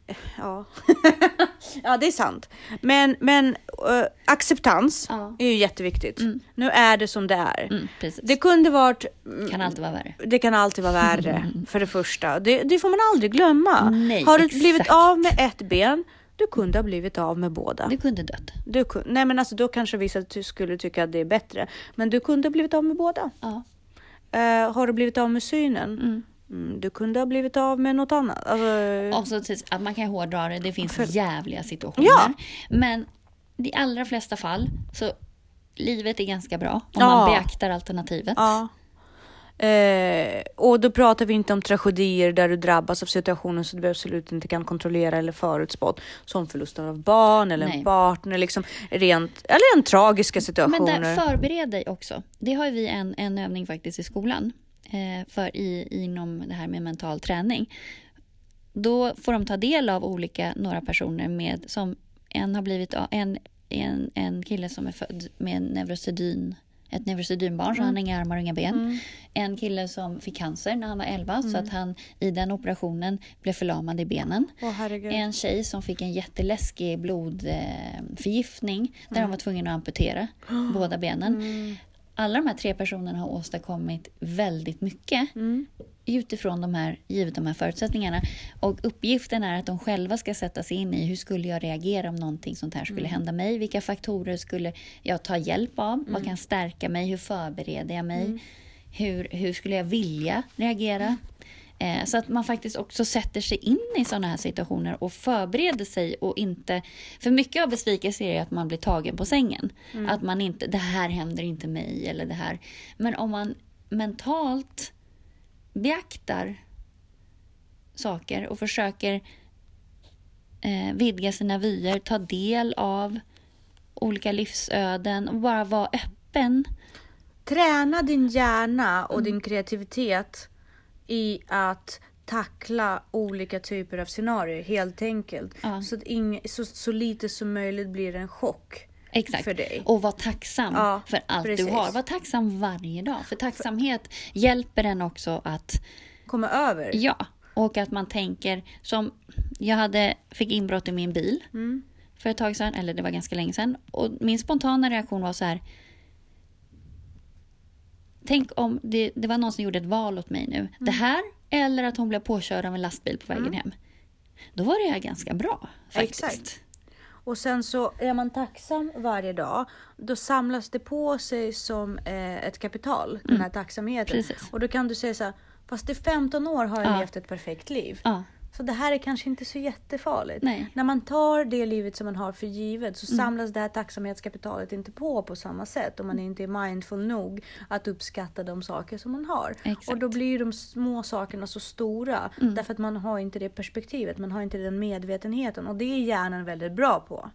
Ja, ja det är sant. Men, men uh, acceptans ja. är ju jätteviktigt. Mm. Nu är det som det är. Mm, det kunde varit... kan alltid vara värre. Det kan alltid vara värre, för det första. Det, det får man aldrig glömma. Nej, har du exakt. blivit av med ett ben, du kunde ha blivit av med båda. Du kunde dött. Du kunde, nej men alltså då kanske vissa ty- skulle tycka att det är bättre. Men du kunde ha blivit av med båda. Ja. Uh, har du blivit av med synen? Mm. Mm, du kunde ha blivit av med något annat. Alltså... Och så tills, att man kan hårdra det. Det finns För... jävliga situationer. Ja. Men i de allra flesta fall så livet är ganska bra. Om ja. man beaktar alternativet. Ja. Eh, och då pratar vi inte om tragedier där du drabbas av situationen så du absolut inte kan kontrollera eller förutspått. Som förlusten av barn eller Nej. en partner. Liksom rent, eller en tragiska situationer. Men där, förbered dig också. Det har vi en, en övning faktiskt i skolan. Eh, för i, inom det här med mental träning. Då får de ta del av olika, några personer med, som en har blivit, en, en, en kille som är född med neurosedyn, ett neurosedynbarn, mm. så han har inga armar och inga ben. Mm. En kille som fick cancer när han var elva, mm. så att han i den operationen blev förlamad i benen. Oh, en tjej som fick en jätteläskig blodförgiftning, mm. där de var tvungna att amputera mm. båda benen. Mm. Alla de här tre personerna har åstadkommit väldigt mycket mm. utifrån de här, givet de här förutsättningarna. Och uppgiften är att de själva ska sätta sig in i hur skulle jag reagera om någonting sånt här skulle mm. hända mig. Vilka faktorer skulle jag ta hjälp av? Mm. Vad kan stärka mig? Hur förbereder jag mig? Mm. Hur, hur skulle jag vilja reagera? Mm. Eh, så att man faktiskt också sätter sig in i sådana här situationer och förbereder sig och inte... För mycket av besvikelse är att man blir tagen på sängen. Mm. Att man inte, det här händer inte mig eller det här. Men om man mentalt beaktar saker och försöker eh, vidga sina vyer, ta del av olika livsöden och bara vara öppen. Träna din hjärna och mm. din kreativitet i att tackla olika typer av scenarier helt enkelt. Ja. Så, att ing, så, så lite som möjligt blir en chock. Exakt. För dig. Och var tacksam ja, för allt precis. Du har. Var tacksam varje dag. För tacksamhet för... hjälper en också att komma över. Ja, och att man tänker som jag hade fick inbrott i min bil mm. för ett tag sedan, eller det var ganska länge sedan, och min spontana reaktion var så här: tänk om det, det var någon som gjorde ett val åt mig nu. Mm. Det här eller att hon blev påkörd av en lastbil på vägen mm. hem. Då var det ganska bra faktiskt. Exakt. Och sen så är man tacksam varje dag. Då samlas det på sig som eh, ett kapital. Mm. Den här tacksamheten. Precis. Och då kan du säga så här: fast i femton år har jag ja. levt ett perfekt liv. Ja. Så det här är kanske inte så jättefarligt. Nej. När man tar det livet som man har för givet så mm. samlas det här tacksamhetskapitalet inte på på samma sätt. Om man inte är mindful nog att uppskatta de saker som man har. Exakt. Och då blir de små sakerna så stora. Mm. Därför att man har inte det perspektivet. Man har inte den medvetenheten. Och det är hjärnan väldigt bra på.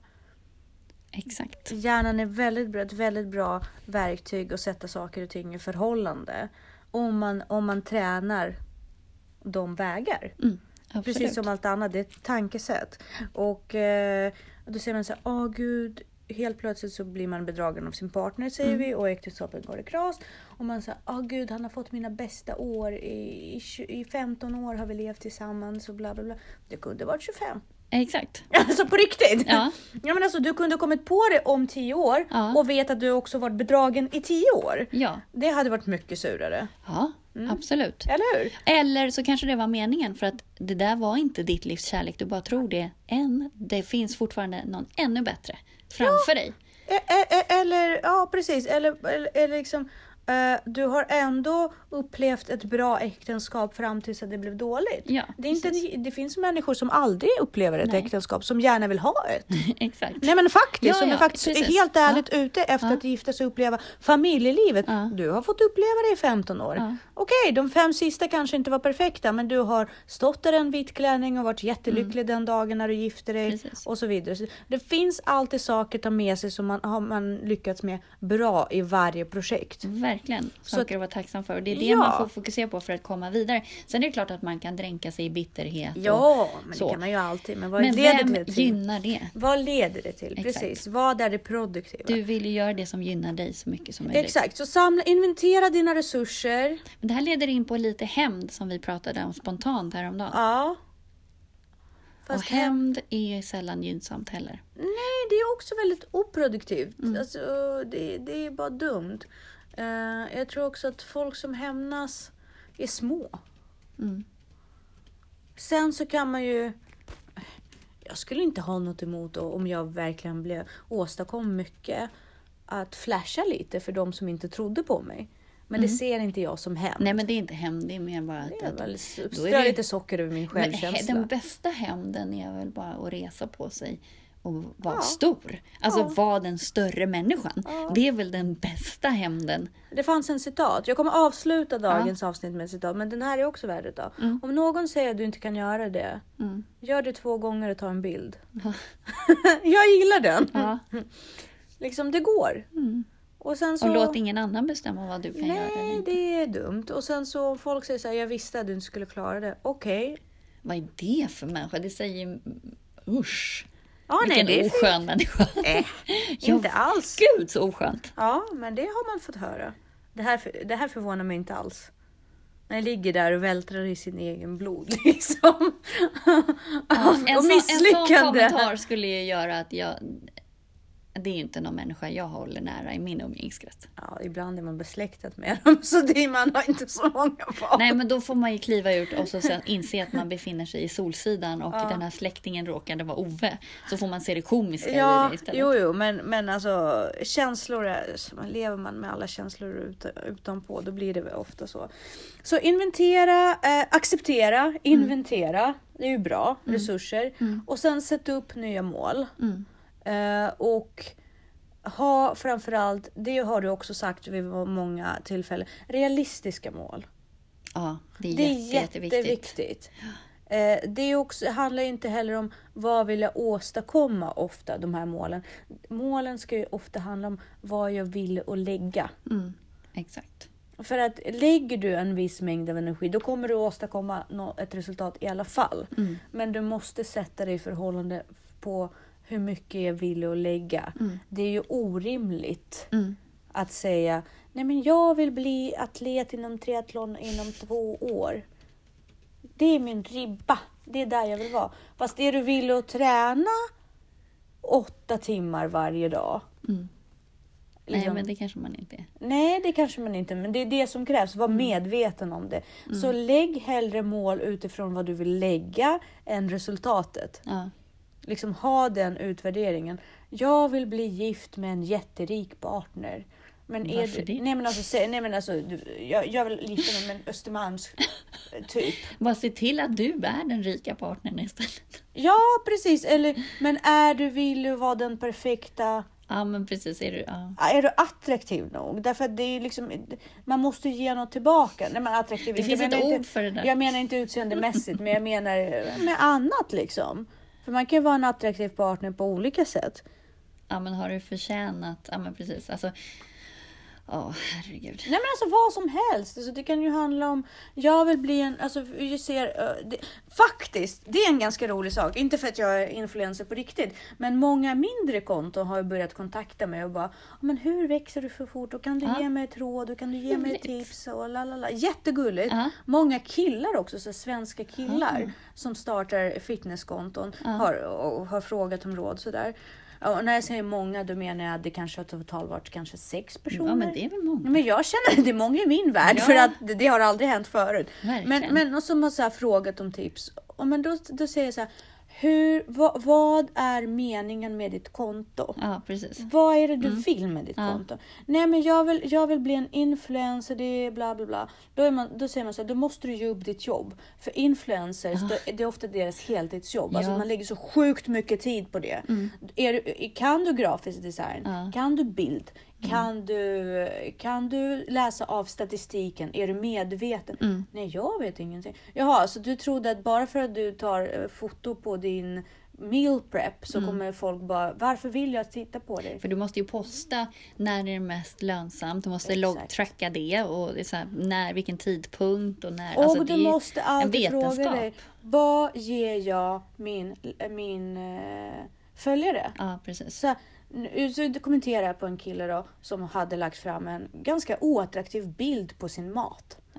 Exakt. Hjärnan är väldigt bra, ett väldigt bra verktyg att sätta saker och ting i förhållande. Om man, om man tränar de vägar. Mm. Absolut. Precis som allt annat, det är ett tankesätt. Och eh, då säger man så här: åh gud, helt plötsligt så blir man bedragen av sin partner, säger mm. vi, och äktenskapet går i kras. Och man säger: åh gud, han har fått mina bästa år, i, i, i femton år har vi levt tillsammans och bla bla bla. Det kunde varit tjugofem. Exakt. Alltså på riktigt. Ja. Ja, men alltså, du kunde ha kommit på det om tio år ja. och vet att du också varit bedragen i tio år. Ja. Det hade varit mycket surare. Ja, mm. absolut. Eller hur? Eller så kanske det var meningen för att det där var inte ditt livs kärlek. Du bara tror det än. Det finns fortfarande någon ännu bättre framför ja. dig. Eller, ja precis. Eller, eller, eller liksom... Uh, du har ändå upplevt ett bra äktenskap fram tills att det blev dåligt. Ja, det, är inte, det finns människor som aldrig upplever ett Nej. äktenskap som gärna vill ha ett. Exakt. Nej men faktiskt, ja, som ja, är faktiskt precis. är helt ärligt ja. ute efter ja. att gifta sig och uppleva familjelivet. Ja. Du har fått uppleva det i femton år. Ja. Okej, okay, de fem sista kanske inte var perfekta, men du har stått där i en vit klänning och varit jättelycklig mm. den dagen när du gifte dig. Precis. Och så vidare. Så det finns alltid saker att ta med sig som man har man lyckats med bra i varje projekt. Verkligen. Saker att vara tacksam för. Och det är det ja. man får fokusera på för att komma vidare. Sen är det klart att man kan dränka sig i bitterhet. Ja, och men så. Det kan man ju alltid. Men vad men leder vem det till? gynnar det? Vad leder det till? Exakt. Precis. Vad är det produktiva? Du vill ju göra det som gynnar dig så mycket som möjligt. Exakt. Så samla, inventera dina resurser. Men det här leder in på lite hämnd som vi pratade om spontant häromdagen. Ja. Fast och hämnd är sällan gynnsamt heller. Nej, det är också väldigt oproduktivt. Mm. Alltså, det, det är bara dumt. Uh, jag tror också att folk som hämnas är små. Mm. Sen så kan man ju... Jag skulle inte ha något emot då, om jag verkligen blev åstadkom mycket, att flasha lite för de som inte trodde på mig. Men mm. det ser inte jag som hämnd. Nej, men det är inte hämnd, det är mer bara att... Det är väl strö lite socker över min självkänsla. Den bästa hämnden är väl bara att resa på sig och vara ja. stor. Alltså ja. vara den större människan. Ja. Det är väl den bästa hämnden. Det fanns en citat. Jag kommer avsluta dagens ja. avsnitt med ett citat. Men den här är också värd utav. Mm. Om någon säger att du inte kan göra det. Mm. Gör det två gånger och ta en bild. Ja. Jag gillar den. Ja. Liksom det går. Mm. Och, sen så... och låt ingen annan bestämma vad du kan Nej, göra. Nej, det är dumt. Och sen så folk säger så här, jag visste att du inte skulle klara det. Okej. Okay. Vad är det för människa? Det säger usch. Ja, vilken nej, det är oskön människa. Äh, inte alls. Gud, så oskönt. Ja, men det har man fått höra. Det här, det här förvånar mig inte alls. När jag ligger där och vältrar i sin egen blod. Liksom. Ja, en, och så, en sån kommentar skulle ju göra att jag... Det är ju inte någon människa jag håller nära i min umgängeskrets. Ja, ibland är man besläktat med dem. Så det man har inte så många barn. Nej, men då får man ju kliva ut och så sen inse att man befinner sig i Solsidan. Och ja. den här släktingen råkade vara Ove. Så får man se det komiska ja, i det istället. Jo, jo. Men, men alltså känslor. Är, lever man med alla känslor ut, utanpå. Då blir det ofta så. Så inventera, eh, acceptera, inventera. Mm. Det är ju bra. Mm. Resurser. Mm. Och sen sätta upp nya mål. Mm. Uh, och ha framförallt, det har du också sagt vid många tillfällen, realistiska mål. Ja, det är, det är jätte, jätteviktigt. jätteviktigt. Uh, det är också, handlar inte heller om vad vill jag åstadkomma ofta, de här målen. Målen ska ju ofta handla om vad jag vill och lägga. Mm, exakt. För att lägger du en viss mängd av energi, då kommer du åstadkomma ett resultat i alla fall. Mm. Men du måste sätta dig i förhållande på hur mycket jag vill att lägga. Mm. Det är ju orimligt mm. att säga, nej men jag vill bli atlet inom triathlon inom två år. Det är min ribba. Det är där jag vill vara. Fast det du vill att träna åtta timmar varje dag. Mm. Liksom. Nej, men det kanske man inte är. Nej, det kanske man inte. Men det är det som krävs. Var mm. medveten om det. Mm. Så lägg hellre mål utifrån vad du vill lägga än resultatet. Ja. Liksom ha den utvärderingen. Jag vill bli gift med en jätterik partner. Men är Varför du, det? Nej men alltså, nej, men alltså du, jag, jag vill gifta mig med en Östermalms typ. Bara se till att du är den rika partnern istället. Ja, precis. Eller, men är du vill du vara den perfekta... Ja, men precis. Är du, ja. Är du attraktiv nog? Därför att det är liksom, man måste ge något tillbaka. Nej, men attraktiv, det finns ett ord inte, för det där. Jag menar inte utseendemässigt, men jag menar med annat liksom. För man kan ju vara en attraktiv partner på olika sätt. Ja, men har du förtjänat... Ja, men precis. Alltså... Åh, oh, herregud. Nej, men alltså vad som helst. Alltså, det kan ju handla om... Jag vill bli en... Alltså, jag ser... Uh, det, faktiskt, det är en ganska rolig sak. Inte för att jag är influencer på riktigt. Men många mindre konton har börjat kontakta mig och bara... Men hur växer du för fort? Och kan du ja. ge mig ett råd? Och kan du ge mig ett tips? Och lalala. Jättegulligt. Ja. Många killar också, så svenska killar ja. som startar fitnesskonton ja. har, och har frågat om råd sådär. Och när jag säger många, då menar jag att det kanske har totalt varit kanske sex personer. Ja, men det är väl många. Men jag känner att det är många i min värld, ja. för att det, det har aldrig hänt förut. Verkligen. Men, men och som har så här frågat om tips. Och men då, då säger jag så här, hur, vad, vad är meningen med ditt konto? Ja, precis. Vad är det du mm. vill med ditt ja. konto? Nej, men jag vill, jag vill bli en influencer, det är bla bla bla. Då, är man, då säger man så här, då måste du ge upp ditt jobb. För influencers, ja. då, det är ofta deras heltidsjobb. Ja. Alltså man lägger så sjukt mycket tid på det. Mm. Är, kan du grafisk design? Ja. Kan du bild? Kan, mm. du, kan du läsa av statistiken? Är du medveten? Mm. Nej, jag vet ingenting. Jaha, så du trodde att bara för att du tar foto på din meal prep så mm. kommer folk bara, varför vill jag titta på det? För du måste ju posta när det är mest lönsamt. Du måste log-tracka det och det är så här, när, vilken tidpunkt och när. Och alltså, du det måste alltid fråga dig, vad ger jag min, min äh, följare? Ja, precis. Så Så kommenterade jag på en kille då, som hade lagt fram en ganska oattraktiv bild på sin mat.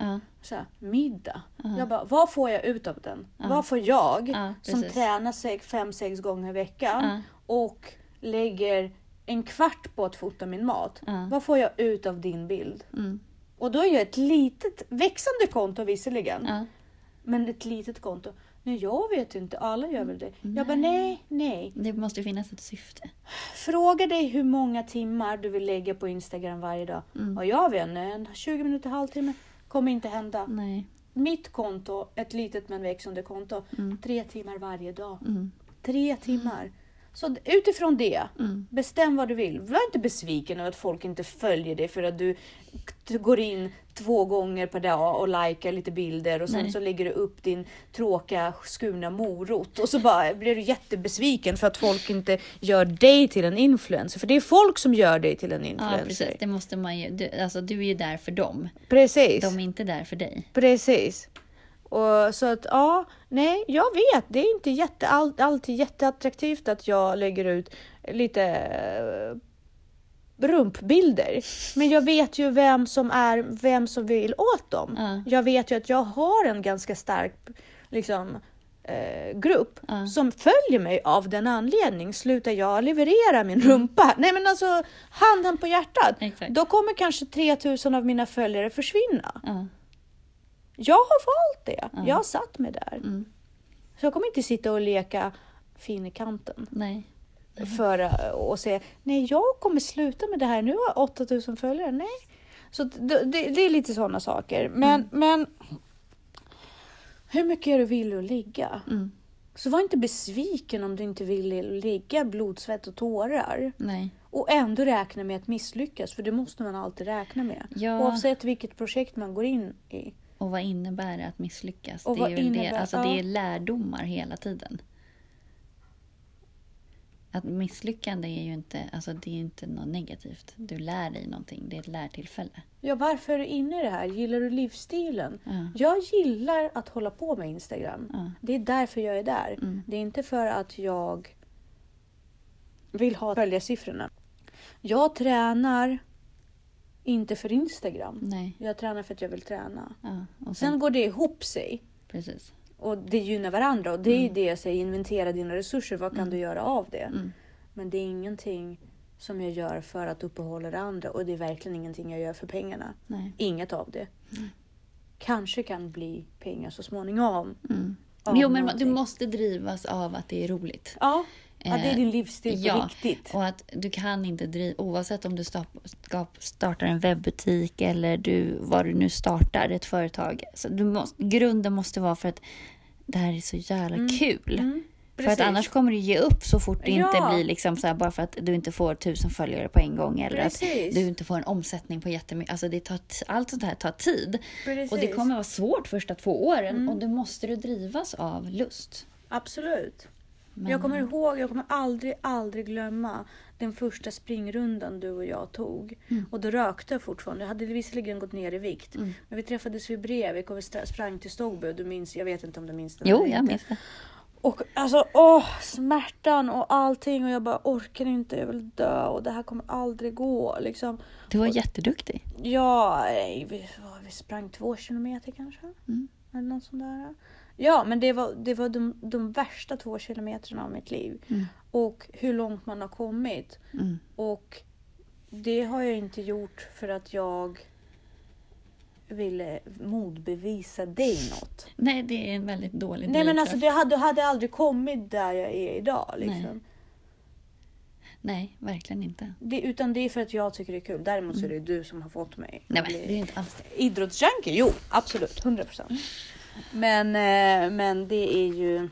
Ja. Så här, middag. Ja. Jag bara, vad får jag ut av den? Ja. Vad får jag Ja, som precis. tränar sex, fem, sex gånger i veckan Ja. och lägger en kvart på att fota min mat? Ja. Vad får jag ut av din bild? Mm. Och då är jag ett litet, växande konto visserligen. Ja. Men ett litet konto. Nej, jag vet inte. Alla gör väl det. Jag bara, nej, nej. Det måste finnas ett syfte. Fråga dig hur många timmar du vill lägga på Instagram varje dag. Mm. Och jag vet inte, tjugo minuter, halvtimme. Kommer inte hända. Nej. Mitt konto, ett litet men växande konto. Mm. Tre timmar varje dag. Mm. Tre timmar. Så utifrån det, Mm. bestäm vad du vill. Var inte besviken över att folk inte följer dig för att du, du går in två gånger per dag och likar lite bilder och sen Nej. så lägger du upp din tråkiga skurna morot och så bara blir du jättebesviken för att folk inte gör dig till en influencer. För det är folk som gör dig till en Ja, influencer. precis. Det måste man ju, du, alltså, du är ju där för dem. Precis. De är inte där för dig. Precis. Och så att, ja, nej, jag vet. Det är inte jätte, all, alltid jätteattraktivt att jag lägger ut lite eh, rumpbilder. Men jag vet ju vem som är, vem som vill åt dem. Ja. Jag vet ju att jag har en ganska stark liksom, eh, grupp Ja. som följer mig av den anledning. Slutar jag leverera min rumpa? Nej, men alltså, handen på hjärtat. Exakt. Då kommer kanske tre tusen av mina följare försvinna. Ja. Jag har valt det. Ja. Jag har satt mig där. Mm. Så jag kommer inte sitta och leka fin i kanten. Nej. För att säga, nej, jag kommer sluta med det här. Nu har jag åtta tusen följare. Nej. Så det, det, det är lite sådana saker. Men, Mm. men hur mycket är du villig att ligga? Mm. Så var inte besviken om du inte vill ligga blod, svett och tårar. Nej. Och ändå räkna med att misslyckas. För det måste man alltid räkna med. Ja. Oavsett vilket projekt man går in i. Och vad innebär det att misslyckas? Och det, vad är väl det. innebär- Alltså, ja. det är lärdomar hela tiden. Att misslyckande är ju inte, alltså, det är inte något negativt. Du lär dig någonting. Det är ett lärtillfälle. Ja, varför är du inne i det här? Gillar du livsstilen? Ja. Jag gillar att hålla på med Instagram. Ja. Det är därför jag är där. Mm. Det är inte för att jag vill ha följarsiffrorna. Jag tränar inte för Instagram. Nej. Jag tränar för att jag vill träna. Ja. Och Sen sen, går det ihop sig. precis. Och det gynnar varandra. Och det är Mm. det jag säger. Inventera dina resurser. Vad kan Mm. du göra av det? Mm. Men det är ingenting som jag gör för att uppehålla det andra. Och det är verkligen ingenting jag gör för pengarna. Nej. Inget av det. Mm. Kanske kan bli pengar så småningom. Mm. Av Jo, men du någonting. måste drivas av att det är roligt. Ja, ja, det är Eh, din livsstil på ja, riktigt. Och att du kan inte driva, oavsett om du sta- ska startar en webbutik eller du, vad du nu startar, ett företag. Så du måste, grunden måste vara för att det här är så jävla Mm. kul. Mm, För att precis. annars kommer du ge upp så fort det Ja. inte blir liksom så här, bara för att du inte får tusen följare på en gång. Eller Precis. att du inte får en omsättning på jättemycket. Alltså det tar t- allt sånt här tar tid. Precis. Och det kommer vara svårt första två åren. Mm. Och då måste du drivas av lust. Absolut. Men- Jag kommer ihåg, jag kommer aldrig, aldrig glömma den första springrundan du och jag tog. Mm. Och då rökte jag fortfarande. Jag hade visserligen gått ner i vikt. Mm. Men vi träffades vid Brevik och vi stra- sprang till Stogby. Du minns, jag vet inte om du minns det. Jo, eller jag inte. minns det. Och alltså, åh, smärtan och allting. Och jag bara orkar inte, jag vill dö. Och det här kommer aldrig gå. Liksom. Du var jätteduktig. Ja, nej, vi, vi sprang två kilometer kanske. Mm. Eller något sånt där. Ja, men det var, det var de, de värsta två kilometrarna av mitt liv. Mm. Och hur långt man har kommit. Mm. Och det har jag inte gjort för att jag ville motbevisa dig något. Nej, det är en väldigt dålig Nej, men alltså drivkraft. det hade, hade aldrig kommit där jag är idag. Liksom. Nej. Nej, verkligen inte. Det, utan det är för att jag tycker det är kul. Däremot så är det du som har fått mig. Nej, att men bli- det är inte alls det. Idrottsjunkie? Jo, absolut. hundra procent. Men, eh, men det är ju...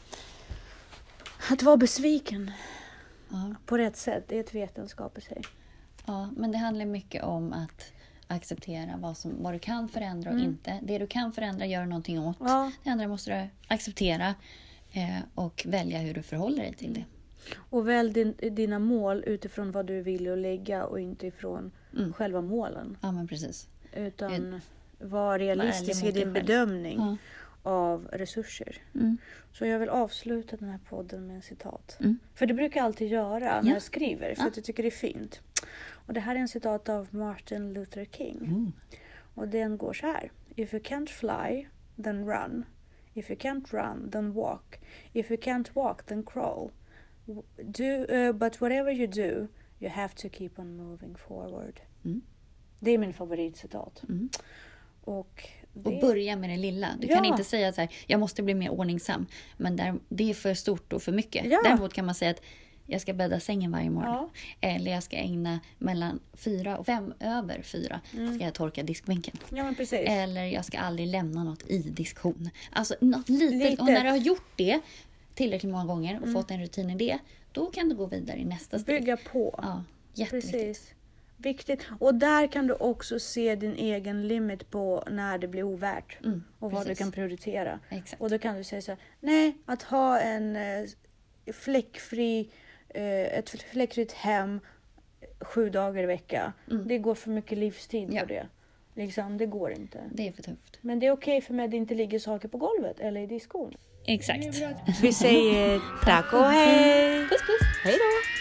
Att vara besviken Ja. på rätt sätt, det är ett vetenskap i sig. Ja, men det handlar mycket om att acceptera vad, som, vad du kan förändra och Mm. inte. Det du kan förändra, gör någonting åt. Ja. Det andra måste du acceptera eh, och välja hur du förhåller dig till det. Och välj din, dina mål utifrån vad du vill att lägga och inte ifrån Mm. själva målen. Ja, men precis. Utan var realistisk i mot dig din själv. bedömning Ja. av resurser. Mm. Så jag vill avsluta den här podden med en citat. Mm. För det brukar jag alltid göra när Ja. jag skriver. För Ja. att jag tycker det är fint. Och det här är en citat av Martin Luther King. Mm. Och den går så här. If you can't fly, then run. If you can't run, then walk. If you can't walk, then crawl. Do, uh, but whatever you do, you have to keep on moving forward. Mm. Det är min favoritcitat. Mm. Och, det... och börja med det lilla. Du ja. kan inte säga så här, jag måste bli mer ordningsam. Men där, det är för stort och för mycket. Ja. Däremot kan man säga att jag ska bädda sängen varje morgon. Ja. Eller jag ska ägna mellan fyra och fem över fyra. Mm. Ska jag torka diskbänken. Ja, men precis. Eller jag ska aldrig lämna något i diskhon. Alltså något litet. Litet. Och när du har gjort det tillräckligt många gånger och Mm. fått en rutin i det. Då kan du gå vidare i nästa steg. Bygga på. Ja, jätteviktigt. Precis. Viktigt. Och där kan du också se din egen limit på när det blir ovärt. Mm, och vad precis. du kan prioritera. Exakt. Och då kan du säga så här, nej, att ha en eh, fläckfri, eh, ett fläckfritt hem sju dagar i vecka. Mm. Det går för mycket livstid Ja. på det. Liksom, det går inte. Det är för tufft. Men det är okej för mig att det inte ligger saker på golvet eller i diskon. Exakt. Vi säger tack och hej! Puss puss. Hej då!